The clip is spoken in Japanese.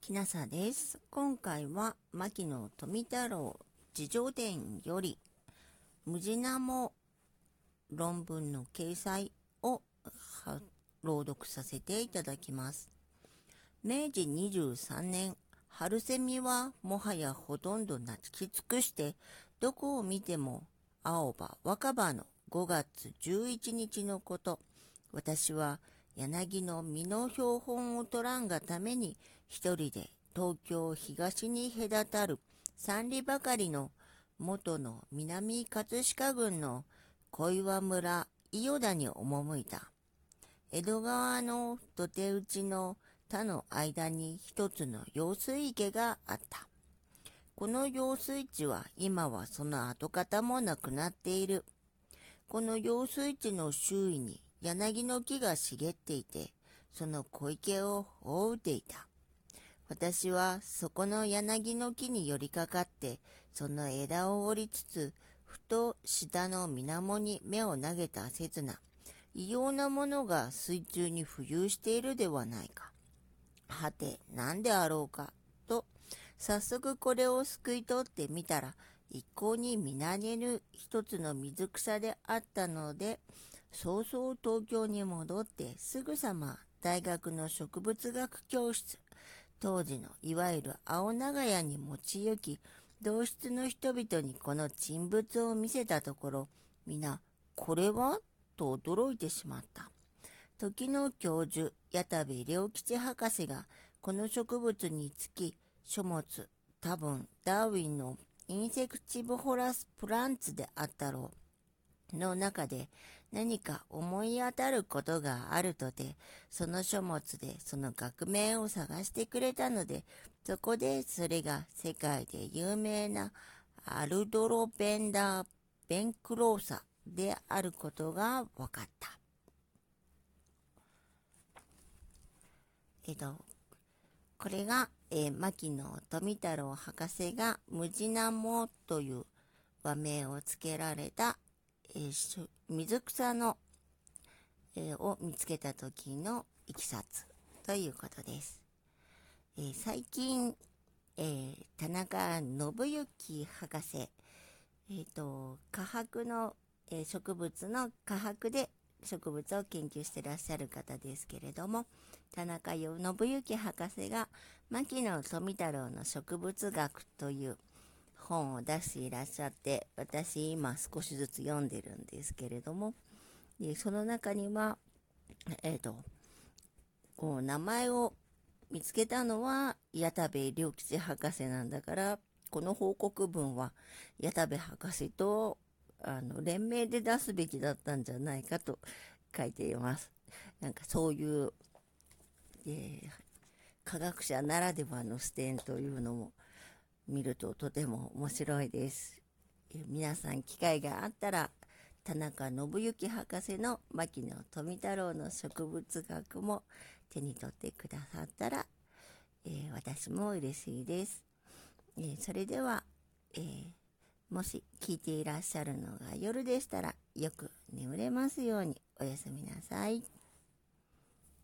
きなさです。今回は牧野富太郎自叙伝よりムジナモ論文の掲載を朗読させていただきます。明治23年、春セミはもはやほとんど鳴き尽くして、どこを見ても青葉若葉の5月11日のこと、私は柳の実の標本を取らんがために一人で東京東に隔たる三里ばかりの元の南葛飾郡の小岩村伊予田に赴いた。江戸川の土手打ちの田の間に一つの用水池があった。この用水池は今はその跡形もなくなっている。この用水池の周囲に柳の木が茂っていて、その小池を覆うていた。私はそこの柳の木に寄りかかって、その枝を折りつつ、ふと下の水面に目を投げた刹那、異様なものが水中に浮遊しているではないか。はて、何であろうか、と、早速これをすくい取ってみたら、一向に見慣れる一つの水草であったので、早々東京に戻ってすぐさま大学の植物学教室、当時のいわゆる青長屋に持ち行き、同室の人々にこの珍物を見せたところ、皆、これはと驚いてしまった。時の教授、矢田部良吉博士が、この植物につき、書物、多分ダーウィンのインセクチブホラスプランツであったろうの中で何か思い当たることがあるとて、その書物でその学名を探してくれたので、そこでそれが世界で有名なアルドロベンダーベンクローサであることが分かった。これが、牧野富太郎博士がムジナモという和名をつけられた、水草の、を見つけた時のいきさつということです。最近、田中信之博士、科博の、植物の科博で植物を研究していらっしゃる方ですけれども、田中信之博士が牧野富太郎の植物学という本を出していらっしゃって、私今少しずつ読んでるんですけれども、でその中には、こう名前を見つけたのは矢田部良吉博士なんだから、この報告文は矢田部博士と連名で出すべきだったんじゃないかと書いています。なんかそういう、科学者ならではの視点というのも見るととても面白いです。皆さん機会があったら田中信之博士の牧野富太郎の植物学も手に取ってくださったら、私も嬉しいです。それでは、もし聞いていらっしゃるのが夜でしたらよく眠れますようにおやすみなさい。